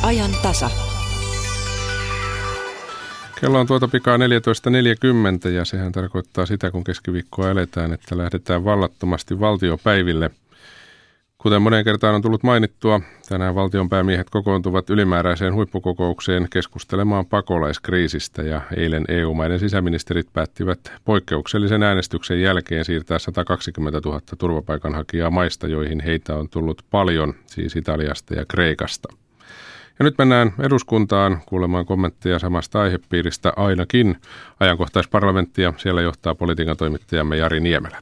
Ajan tasa. Kello on tuota pikaa 14.40 ja sehän tarkoittaa sitä, kun keskiviikkoa eletään, että lähdetään vallattomasti valtiopäiville. Kuten moneen kertaan on tullut mainittua, tänään valtionpäämiehet kokoontuvat ylimääräiseen huippukokoukseen keskustelemaan pakolaiskriisistä ja eilen EU-maiden sisäministerit päättivät poikkeuksellisen äänestyksen jälkeen siirtää 120 000 turvapaikanhakijaa maista, joihin heitä on tullut paljon, siis Italiasta ja Kreikasta. Ja nyt mennään eduskuntaan kuulemaan kommentteja samasta aihepiiristä ainakin ajankohtaisparlamenttia. Siellä johtaa politiikan toimittajamme Jari Niemelä.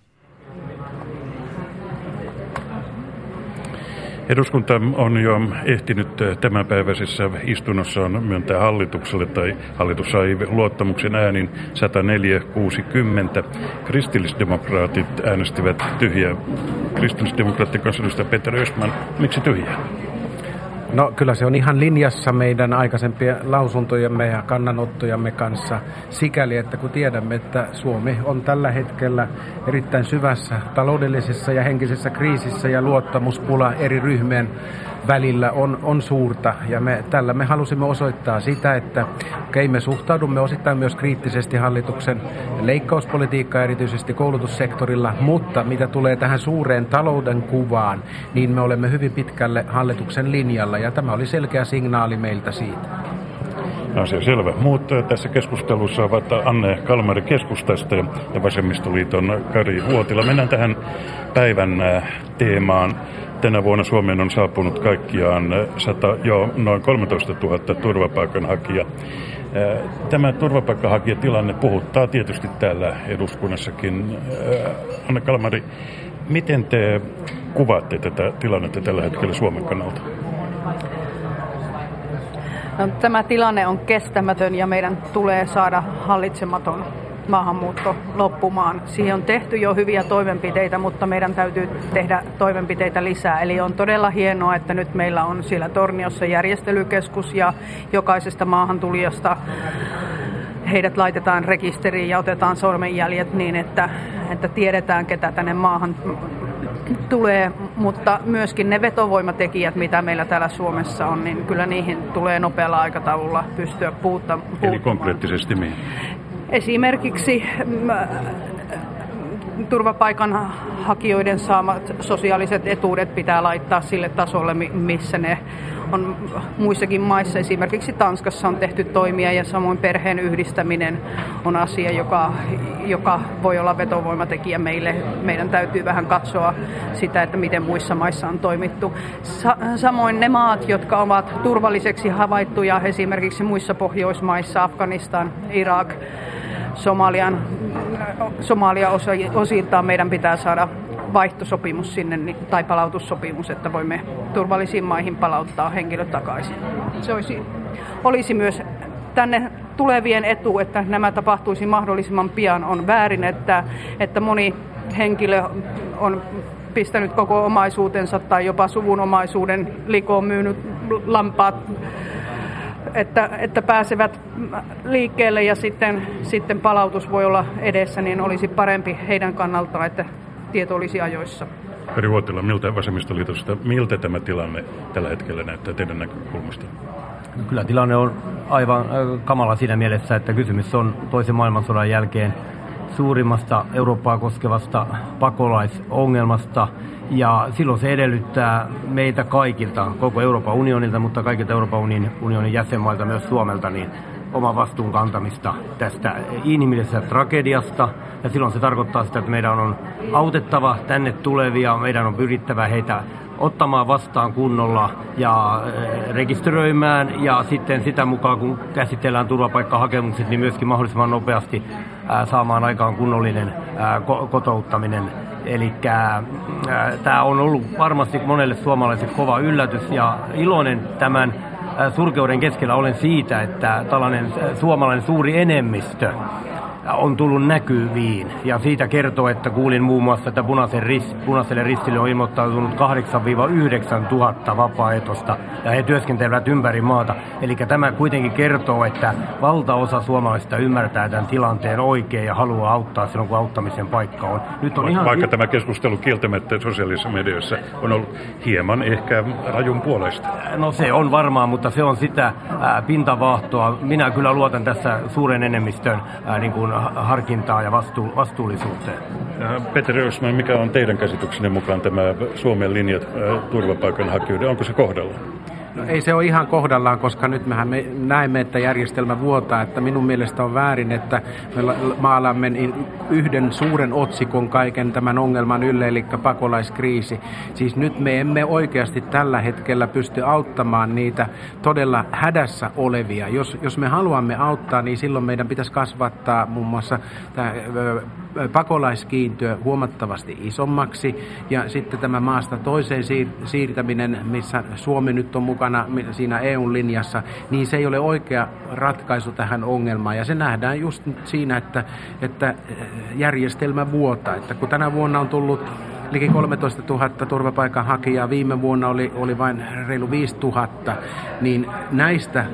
Eduskunta on jo ehtinyt tämänpäiväisessä istunnossaan myöntää hallitukselle, tai hallitus sai luottamuksen äänin 104-60. Kristillisdemokraatit äänestivät tyhjää. Kristillisdemokraattien kansanedustaja Peter Östman, miksi tyhjää? No kyllä se on ihan linjassa meidän aikaisempien lausuntojemme ja kannanottojamme kanssa sikäli, että kun tiedämme, että Suomi on tällä hetkellä erittäin syvässä taloudellisessa ja henkisessä kriisissä ja luottamuspula eri ryhmien välillä on suurta. Ja tällä me halusimme osoittaa sitä, että me suhtaudumme osittain myös kriittisesti hallituksen leikkauspolitiikkaan, erityisesti koulutussektorilla, mutta mitä tulee tähän suureen talouden kuvaan, niin me olemme hyvin pitkälle hallituksen linjalla ja tämä oli selkeä signaali meiltä siitä. Asia selvä. Muut tässä keskustelussa ovat Anne Kalmari keskustasta ja Vasemmistoliiton Kari Huotila. Mennään tähän päivän teemaan. Tänä vuonna Suomeen on saapunut kaikkiaan noin 13 000 turvapaikanhakijaa. Tämä turvapaikanhakijatilanne puhuttaa tietysti täällä eduskunnassakin. Anne Kalmari, miten te kuvaatte tätä tilannetta tällä hetkellä Suomen kannalta? No, tämä tilanne on kestämätön ja meidän tulee saada hallitsematon maahanmuutto loppumaan. Siihen on tehty jo hyviä toimenpiteitä, mutta meidän täytyy tehdä toimenpiteitä lisää. Eli on todella hienoa, että nyt meillä on siellä Torniossa järjestelykeskus ja jokaisesta maahantulijasta heidät laitetaan rekisteriin ja otetaan sormenjäljet niin, että tiedetään, ketä tänne maahan tulee, mutta myöskin ne vetovoimatekijät, mitä meillä täällä Suomessa on, niin kyllä niihin tulee nopealla aikataululla pystyä puuttumaan. Eli konkreettisesti mihin? Esimerkiksi turvapaikanhakijoiden saamat sosiaaliset etuudet pitää laittaa sille tasolle, missä ne on muissakin maissa. Esimerkiksi Tanskassa on tehty toimia ja samoin perheen yhdistäminen on asia, joka voi olla vetovoimatekijä meille. Meidän täytyy vähän katsoa sitä, että miten muissa maissa on toimittu. Samoin ne maat, jotka ovat turvalliseksi havaittuja esimerkiksi muissa Pohjoismaissa, Afganistan, Irak, Somalia osiltaan meidän pitää saada vaihtosopimus sinne tai palautussopimus, että voimme turvallisiin maihin palauttaa henkilöt takaisin. Se olisi myös tänne tulevien etu, että nämä tapahtuisi mahdollisimman pian. On väärin, että moni henkilö on pistänyt koko omaisuutensa tai jopa suvun omaisuuden likoon, myynyt lampaat, että pääsevät liikkeelle ja sitten palautus voi olla edessä, niin olisi parempi heidän kannaltaan, että tieto olisi ajoissa. Kari Huotila, miltä tämä tilanne tällä hetkellä näyttää teidän näkökulmasta? No, kyllä tilanne on aivan kamala siinä mielessä, että kysymys on toisen maailmansodan jälkeen suurimmasta Eurooppaa koskevasta pakolaisongelmasta. Ja silloin se edellyttää meitä kaikilta, koko Euroopan unionilta, mutta kaikilta Euroopan unionin jäsenmailta, myös Suomelta, niin oman vastuun kantamista tästä inhimillisestä tragediasta. Ja silloin se tarkoittaa sitä, että meidän on autettava tänne tulevia, meidän on pyrittävä heitä ottamaan vastaan kunnolla ja rekisteröimään. Ja sitten sitä mukaan, kun käsitellään turvapaikkahakemukset, niin myöskin mahdollisimman nopeasti saamaan aikaan kunnollinen kotouttaminen. Eli tämä on ollut varmasti monelle suomalaiselle kova yllätys ja iloinen tämän surkeuden keskellä olen siitä, että tällainen suomalainen suuri enemmistö on tullut näkyviin. Ja siitä kertoo, että kuulin muun muassa, että punaiselle ristille on ilmoittautunut 8-9 tuhatta vapaaehtoista ja he työskentelevät ympäri maata. Eli tämä kuitenkin kertoo, että valtaosa suomalaisista ymmärtää tämän tilanteen oikein ja haluaa auttaa silloin, kun auttamisen paikka on. Nyt on Vaikka tämä keskustelu kieltämättä sosiaalisessa mediassa on ollut hieman ehkä rajun puolesta. No se on varmaan, mutta se on sitä pintavaahtoa. Minä kyllä luotan tässä suuren enemmistön niin kuin harkintaa ja vastuullisuuteen. Petteri Östman, mikä on teidän käsityksenne mukaan tämä Suomen linjat turvapaikanhakijoiden? Onko se kohdalla? No ei se ole ihan kohdallaan, koska nyt me näemme, että järjestelmä vuotaa. Että minun mielestä on väärin, että me maalaamme yhden suuren otsikon kaiken tämän ongelman ylle, eli pakolaiskriisi. Siis nyt me emme oikeasti tällä hetkellä pysty auttamaan niitä todella hädässä olevia. Jos me haluamme auttaa, niin silloin meidän pitäisi kasvattaa muun muassa tämä pakolaiskiintiö huomattavasti isommaksi ja sitten tämä maasta toiseen siirtäminen, missä Suomi nyt on mukana siinä EU-linjassa, niin se ei ole oikea ratkaisu tähän ongelmaan ja se nähdään just siinä, että järjestelmä vuotaa, että kun tänä vuonna on tullut liki 13 000 turvapaikanhakijaa, viime vuonna oli vain reilu 5 000, niin näistä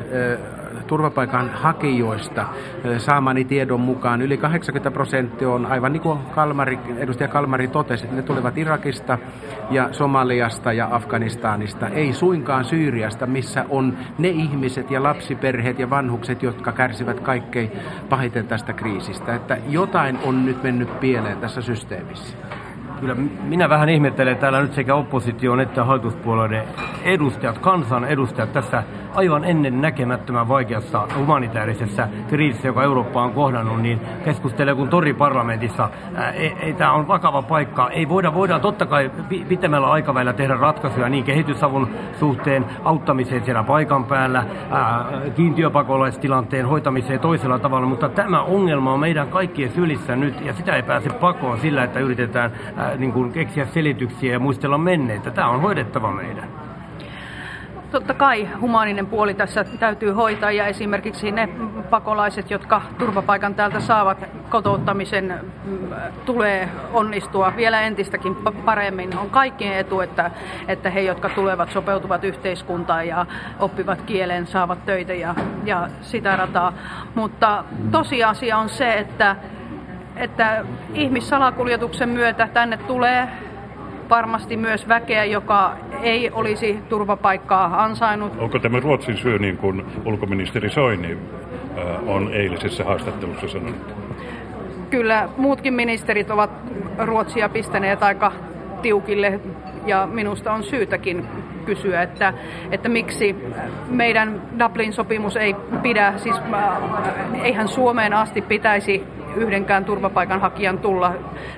turvapaikanhakijoista saamani tiedon mukaan yli 80% on aivan niin kuin edustaja Kalmari totesi, että ne tulevat Irakista ja Somaliasta ja Afganistanista, ei suinkaan Syyriasta, missä on ne ihmiset ja lapsiperheet ja vanhukset, jotka kärsivät kaikkein pahiten tästä kriisistä. Että jotain on nyt mennyt pieleen tässä systeemissä. Kyllä minä vähän ihmettelen täällä nyt sekä opposition että hallituspuolueiden edustajat, kansan edustajat tässä aivan ennen näkemättömän vaikeassa humanitaarisessa kriisissä, joka Eurooppa on kohdannut, niin keskustelee kuin toriparlamentissa. Tämä on vakava paikka. Ei voidaan totta kai pitemmällä aikavälillä tehdä ratkaisuja niin kehitysavun suhteen, auttamiseen siellä paikan päällä, kiintiöpakolaistilanteen hoitamiseen toisella tavalla, mutta tämä ongelma on meidän kaikkien sylissä nyt ja sitä ei pääse pakoon sillä, että yritetään niin kuin keksiä selityksiä ja muistella menneitä. Tämä on hoidettava meidän. Totta kai humaaninen puoli tässä täytyy hoitaa ja esimerkiksi ne pakolaiset, jotka turvapaikan täältä saavat, kotouttamisen tulee onnistua vielä entistäkin paremmin. On kaikkien etu, että he, jotka tulevat, sopeutuvat yhteiskuntaan ja oppivat kielen, saavat töitä ja sitä rataa. Mutta tosiasia on se, että ihmissalakuljetuksen myötä tänne tulee varmasti myös väkeä, joka ei olisi turvapaikkaa ansainnut. Onko tämä Ruotsin syy, niin kuin ulkoministeri Soini on eilisessä haastattelussa sanonut? Kyllä, muutkin ministerit ovat Ruotsia pistäneet aika tiukille ja minusta on syytäkin kysyä, että miksi meidän Dublin-sopimus ei pidä, siis eihän Suomeen asti pitäisi yhdenkään turvapaikanhakijan tulla,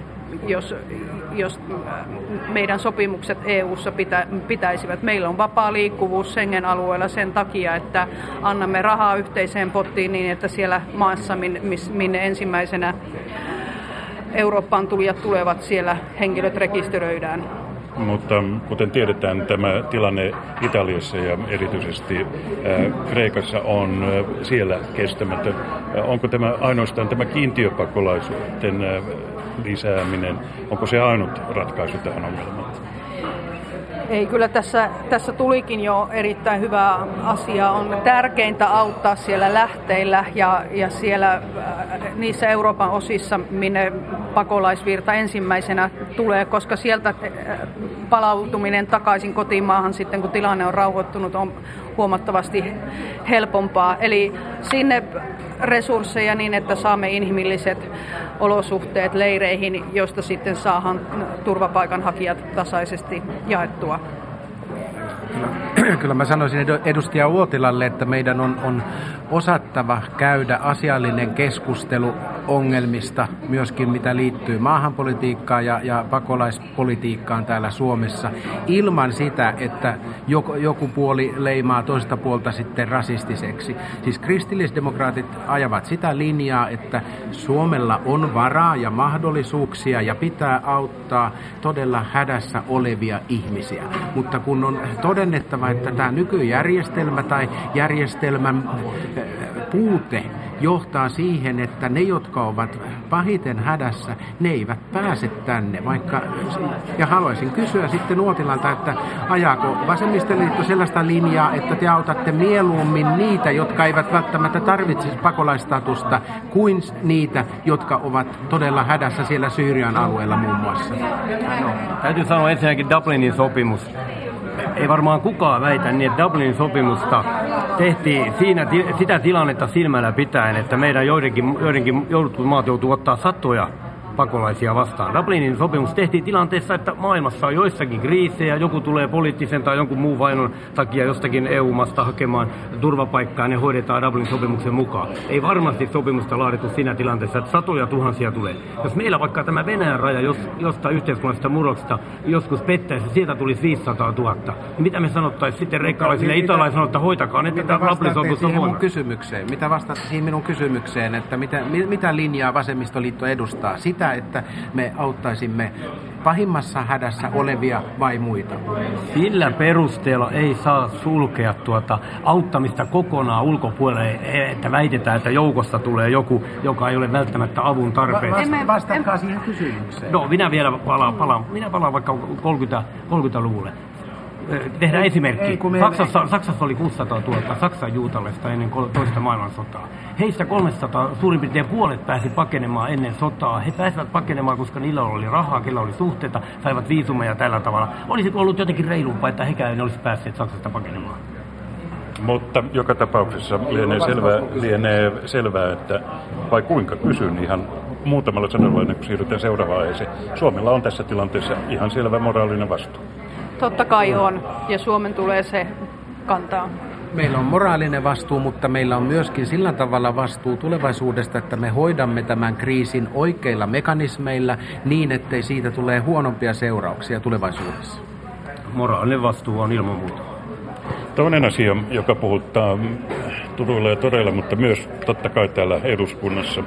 jos meidän sopimukset EU:ssa pitäisivät. Meillä on vapaa liikkuvuus Schengen-alueella sen takia, että annamme rahaa yhteiseen pottiin niin, että siellä maassa, minne ensimmäisenä Eurooppaan tulijat tulevat, siellä henkilöt rekisteröidään. Mutta kuten tiedetään, tämä tilanne Italiassa ja erityisesti Kreikassa on siellä kestämätön. Onko tämä ainoastaan tämä kiintiöpakolaisuuden lisääminen, onko se ainut ratkaisu tähän ongelmaan? Ei, kyllä tässä tulikin jo erittäin hyvä asia. On tärkeintä auttaa siellä lähteillä ja siellä niissä Euroopan osissa, minne pakolaisvirta ensimmäisenä tulee, koska sieltä palautuminen takaisin kotimaahan sitten, kun tilanne on rauhoittunut, on huomattavasti helpompaa. Eli sinne resursseja niin, että saamme inhimilliset olosuhteet leireihin, joista sitten saadaan turvapaikanhakijat tasaisesti jaettua. Kyllä mä sanoisin edustaja Uotilalle, että meidän on osattava käydä asiallinen keskustelu ongelmista, myöskin mitä liittyy maahanpolitiikkaan ja pakolaispolitiikkaan täällä Suomessa, ilman sitä, että joku puoli leimaa toista puolta sitten rasistiseksi. Siis kristillisdemokraatit ajavat sitä linjaa, että Suomella on varaa ja mahdollisuuksia ja pitää auttaa todella hädässä olevia ihmisiä. Mutta kun on todennettava, että tämä nykyjärjestelmä tai järjestelmän puute johtaa siihen, että ne, jotka ovat pahiten hädässä, ne eivät pääse tänne. Ja haluaisin kysyä sitten Uotilalta, että ajaako vasemmistoliitto sellaista linjaa, että te autatte mieluummin niitä, jotka eivät välttämättä tarvitsisi pakolaistatusta, kuin niitä, jotka ovat todella hädässä siellä Syyrian alueella muun muassa? No, täytyy sanoa ensinnäkin Dublinin sopimus. Ei varmaan kukaan väitä niin, että Dublinin sopimusta tehtiin sitä tilannetta silmällä pitäen, että meidän joidenkin joudutut maat joutuu ottaa satoja pakolaisia vastaan. Dublinin sopimus tehtiin tilanteessa, että maailmassa on joissakin kriisejä, joku tulee poliittisen tai jonkun muun vainon takia jostakin EU-maasta hakemaan turvapaikkaa, ne hoidetaan Dublinin sopimuksen mukaan. Ei varmasti sopimusta laadittu siinä tilanteessa, että satoja tuhansia tulee. Jos meillä vaikka tämä Venäjän raja jostain yhteiskunnallisesta murroksesta joskus pettäisi, sieltä tulisi 500 000. Niin mitä me sanottaisiin sitten reikkalaisille italaisille, että hoitakaa, että tämä Dublinin sopimus on voimassa? Mitä vastaatte siihen minun kysymykseen, että mitä linjaa vasemmistoliitto edustaa? Sitä, että me auttaisimme pahimmassa hädässä olevia vai muita? Sillä perusteella ei saa sulkea auttamista kokonaan ulkopuolelle, että väitetään, että joukossa tulee joku, joka ei ole välttämättä avun tarpeessa. Vastatkaa siihen kysymykseen. No, minä vielä palaan vaikka 30-luvulle. Tehdään esimerkki. Saksassa oli 600 000 Saksan juutalaista ennen toista maailmansotaa. Heistä 300, suurin piirtein puolet pääsi pakenemaan ennen sotaa. He pääsivät pakenemaan, koska niillä oli rahaa, kellä oli suhteita, saivat viisumeja tällä tavalla. Olisiko ollut jotenkin reilumpaa, että hekään ei olisi päässeet Saksasta pakenemaan? Mutta joka tapauksessa lienee selvää, että vai kuinka kysyn ihan muutamalla sanalla ennen kuin siirrytään seuraavaan aiheeseen. Suomella on tässä tilanteessa ihan selvä moraalinen vastuu. Totta kai on, ja Suomen tulee se kantaa. Meillä on moraalinen vastuu, mutta meillä on myöskin sillä tavalla vastuu tulevaisuudesta, että me hoidamme tämän kriisin oikeilla mekanismeilla niin, ettei siitä tule huonompia seurauksia tulevaisuudessa. Moraalinen vastuu on ilman muuta. Toinen asia, joka puhuttaa turuilla ja toreilla, mutta myös totta kai täällä eduskunnassa.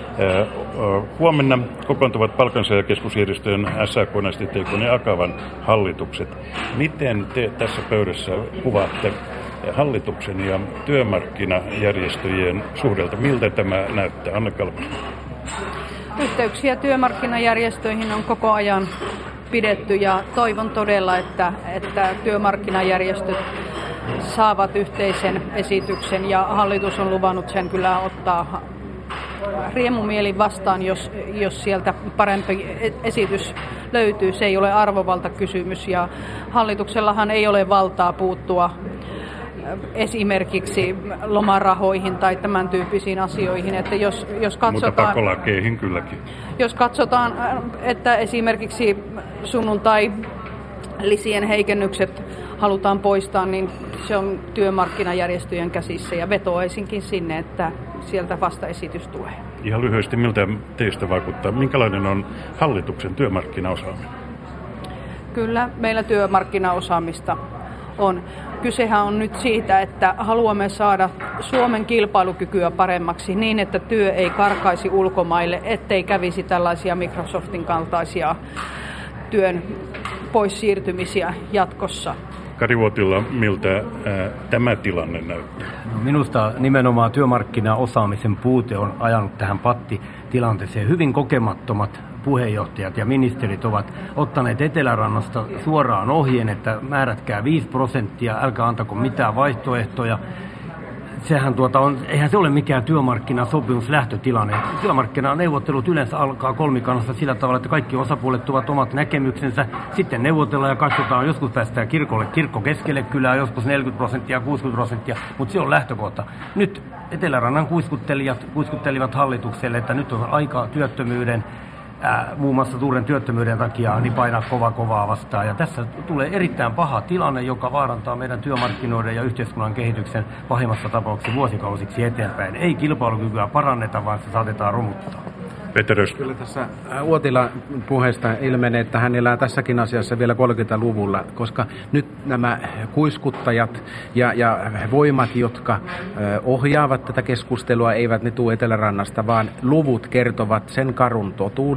Huomenna kokoontuvat palkansaajakeskusjärjestöjen SAK, STTK ja Akavan hallitukset. Miten te tässä pöydässä kuvaatte hallituksen ja työmarkkinajärjestöjen suhdelta? Miltä tämä näyttää? Anne Kalmari. Yhteyksiä työmarkkinajärjestöihin on koko ajan pidetty ja toivon todella, että työmarkkinajärjestöt saavat yhteisen esityksen ja hallitus on luvannut sen kyllä ottaa riemumielin vastaan, jos sieltä parempi esitys löytyy. Se ei ole arvovaltakysymys ja hallituksellahan ei ole valtaa puuttua esimerkiksi lomarahoihin tai tämän tyyppisiin asioihin. Että jos katsotaan, mutta pakkolakeihin kylläkin. Jos katsotaan, että esimerkiksi sunnuntai lisien heikennykset halutaan poistaa, niin se on työmarkkinajärjestöjen käsissä ja vetoaisinkin sinne, että sieltä vastaesitys tulee. Ihan lyhyesti, miltä teistä vaikuttaa? Minkälainen on hallituksen työmarkkinaosaaminen? Kyllä, meillä työmarkkinaosaamista on. Kysehän on nyt siitä, että haluamme saada Suomen kilpailukykyä paremmaksi niin, että työ ei karkaisi ulkomaille, ettei kävisi tällaisia Microsoftin kaltaisia työn poissiirtymisiä jatkossa. Kari Uotila, miltä tämä tilanne näyttää? Minusta nimenomaan työmarkkinaosaamisen puute on ajanut tähän pattitilanteeseen. Hyvin kokemattomat puheenjohtajat ja ministerit ovat ottaneet Etelärannasta suoraan ohjeen, että määrätkää 5%, älkää antako mitään vaihtoehtoja. Sehän eihän se ole mikään työmarkkinasopimus lähtötilanne. Työmarkkinaneuvottelut yleensä alkaa kolmikannassa sillä tavalla, että kaikki osapuolet tuovat omat näkemyksensä. Sitten neuvotellaan ja katsotaan, joskus päästään kirkko keskelle kylää, joskus 40%, 60%, mutta se on lähtökohta. Nyt Etelärannan kuiskuttelivat hallitukselle, että nyt on aika työttömyyden, muun muassa suuren työttömyyden takia niin painaa kovaa vastaan. Ja tässä tulee erittäin paha tilanne, joka vaarantaa meidän työmarkkinoiden ja yhteiskunnan kehityksen pahimmassa tapauksessa vuosikausiksi eteenpäin. Ei kilpailukykyä paranneta, vaan se saatetaan romuttaa. Kyllä tässä Uotilan puheesta ilmenee, että hän elää tässäkin asiassa vielä 30-luvulla, koska nyt nämä kuiskuttajat ja voimat, jotka ohjaavat tätä keskustelua, eivät ne tule Etelärannasta, vaan luvut kertovat sen karun totuuden,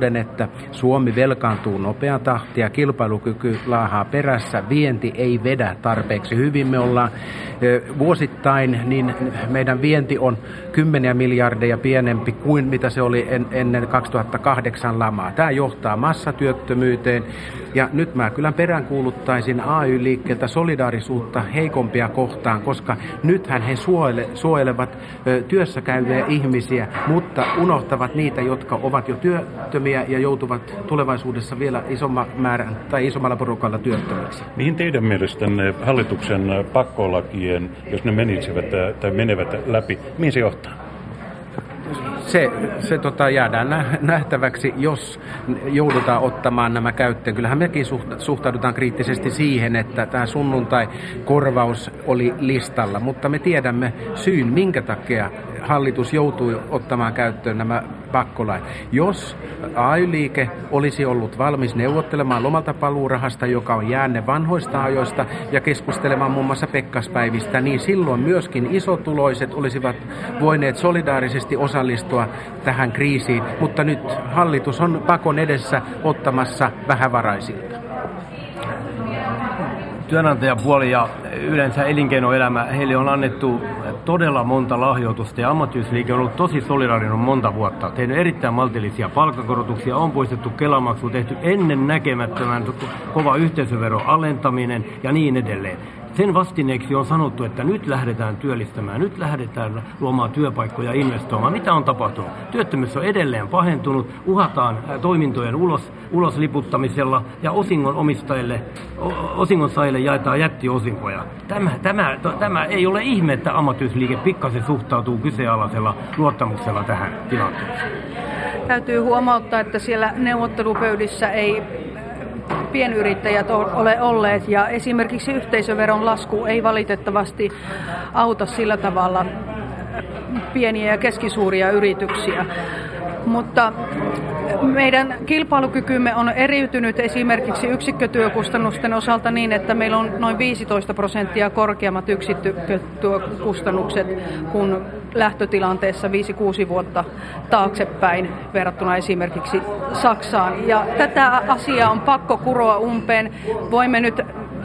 luulen, että Suomi velkaantuu nopea tahtia, kilpailukyky laahaa perässä, vienti ei vedä tarpeeksi hyvin. Me ollaan vuosittain, niin meidän vienti on 10 miljardia pienempi kuin mitä se oli ennen 2008 lamaa. Tämä johtaa massatyöttömyyteen ja nyt mä kyllä peräänkuuluttaisin AY-liikkeeltä solidaarisuutta heikompia kohtaan, koska nythän he suojelevat työssä käyviä ihmisiä, mutta unohtavat niitä, jotka ovat jo työttömiä ja joutuvat tulevaisuudessa vielä isommalla porukalla työttömiksi. Mihin teidän mielestänne hallituksen pakkolakien, jos ne menevät läpi, mihin se johtaa? Se jäädään nähtäväksi, jos joudutaan ottamaan nämä käyttöön. Kyllähän mekin suhtaudutaan kriittisesti siihen, että tämä sunnuntai-korvaus oli listalla, mutta me tiedämme syyn, minkä takia hallitus joutui ottamaan käyttöön nämä pakkolait. Jos AY-liike olisi ollut valmis neuvottelemaan lomalta paluurahasta, joka on jäänne vanhoista ajoista, ja keskustelemaan muun muassa pekkaspäivistä, niin silloin myöskin isotuloiset olisivat voineet solidaarisesti osallistua tähän kriisiin, mutta nyt hallitus on pakon edessä ottamassa vähävaraisilta. Työnantajapuoli ja yleensä elinkeinoelämä, heille on annettu todella monta lahjoitusta ja ammattiyhdistysliike on ollut tosi solidaarinen monta vuotta. Tehnyt erittäin maltillisia palkkakorotuksia, on poistettu Kela-maksu, tehty ennen näkemättömän kova yhteisöveron alentaminen ja niin edelleen. Sen vastineeksi on sanottu, että nyt lähdetään työllistämään, nyt lähdetään luomaan työpaikkoja ja investoimaan. Mitä on tapahtunut? Työttömyys on edelleen pahentunut, uhataan toimintojen ulosliputtamisella ja osingonsaajille jaetaan jättiosinkoja. Tämä ei ole ihme, että ammattiyhdistysliike pikkasen suhtautuu kyseenalaisella luottamuksella tähän tilanteeseen. Täytyy huomauttaa, että siellä neuvottelupöydissä ei pienyrittäjät ole olleet ja esimerkiksi yhteisöveron lasku ei valitettavasti auta sillä tavalla pieniä ja keskisuuria yrityksiä. Mutta meidän kilpailukykymme on eriytynyt esimerkiksi yksikkötyökustannusten osalta niin, että meillä on noin 15% korkeammat yksikkötyökustannukset kuin lähtötilanteessa 5-6 vuotta taaksepäin verrattuna esimerkiksi Saksaan. Ja tätä asiaa on pakko kuroa umpeen. Voimme nyt,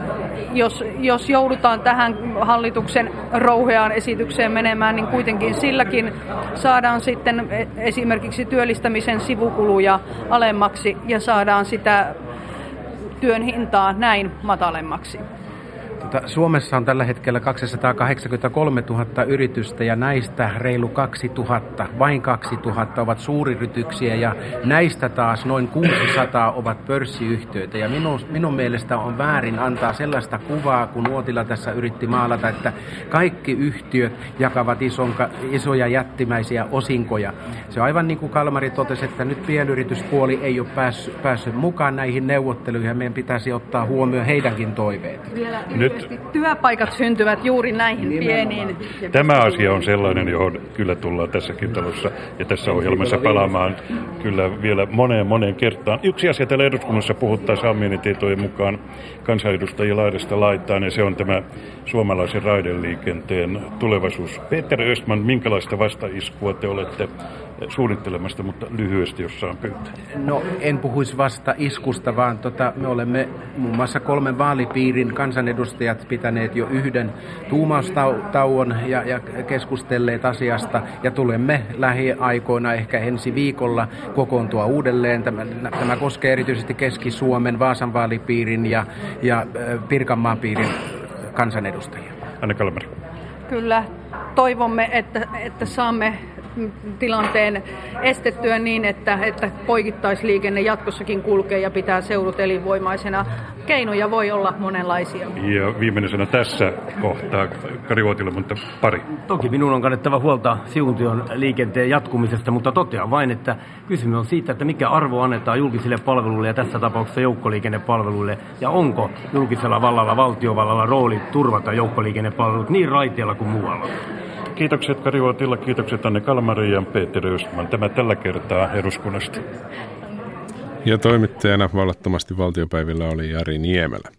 jos joudutaan tähän hallituksen rouheaan esitykseen menemään, niin kuitenkin silläkin saadaan sitten esimerkiksi työllistämisen sivukuluja alemmaksi ja saadaan sitä työn hintaa näin matalemmaksi. Suomessa on tällä hetkellä 283 000 yritystä ja näistä reilu 2000, vain 2000 ovat suuryrityksiä ja näistä taas noin 600 ovat pörssiyhtiöitä. Ja minun mielestä on väärin antaa sellaista kuvaa, kun Uotila tässä yritti maalata, että kaikki yhtiöt jakavat isoja jättimäisiä osinkoja. Se on aivan niin kuin Kalmari totesi, että nyt pienyrityspuoli ei ole päässyt mukaan näihin neuvotteluihin ja meidän pitäisi ottaa huomioon heidänkin toiveet. Nyt työpaikat syntyvät juuri näihin pieniin. Tämä asia on sellainen, johon kyllä tullaan tässäkin talossa ja tässä ohjelmassa palaamaan kyllä vielä moneen kertaan. Yksi asia täällä eduskunnassa puhuttaa saamieni tietojen mukaan kansanedustajia laidasta laitaan ja se on tämä suomalaisen raideliikenteen tulevaisuus. Peter Östman, minkälaista vastaiskua te olette suunnittelemasta, mutta lyhyesti, jos saan pyytää? No, en puhuisi vasta iskusta, vaan me olemme muun muassa 3 vaalipiirin kansanedustajat pitäneet jo yhden tuumaustauon ja keskustelleet asiasta ja tulemme lähiaikoina ehkä ensi viikolla kokoontua uudelleen. Tämä koskee erityisesti Keski-Suomen, Vaasan vaalipiirin ja Pirkanmaan piirin kansanedustajia. Anne Kalmari. Kyllä, toivomme, että saamme tilanteen estettyä niin, että poikittaisliikenne jatkossakin kulkee ja pitää seudut elinvoimaisena. Keinoja voi olla monenlaisia. Ja viimeisenä tässä kohtaa Kari Uotila, mutta pari. Toki minun on kannettava huolta Siuntion liikenteen jatkumisesta, mutta totean vain, että kysymys on siitä, että mikä arvo annetaan julkisille palveluille ja tässä tapauksessa joukkoliikennepalveluille ja onko julkisella vallalla, valtiovallalla rooli turvata joukkoliikennepalvelut niin raiteilla kuin muualla. Kiitokset Kari Uotila, kiitokset Anne Kalmari ja Peter Östman. Tämä tällä kertaa eduskunnasta. Ja toimittajana vallattomasti valtiopäivillä oli Jari Niemelä.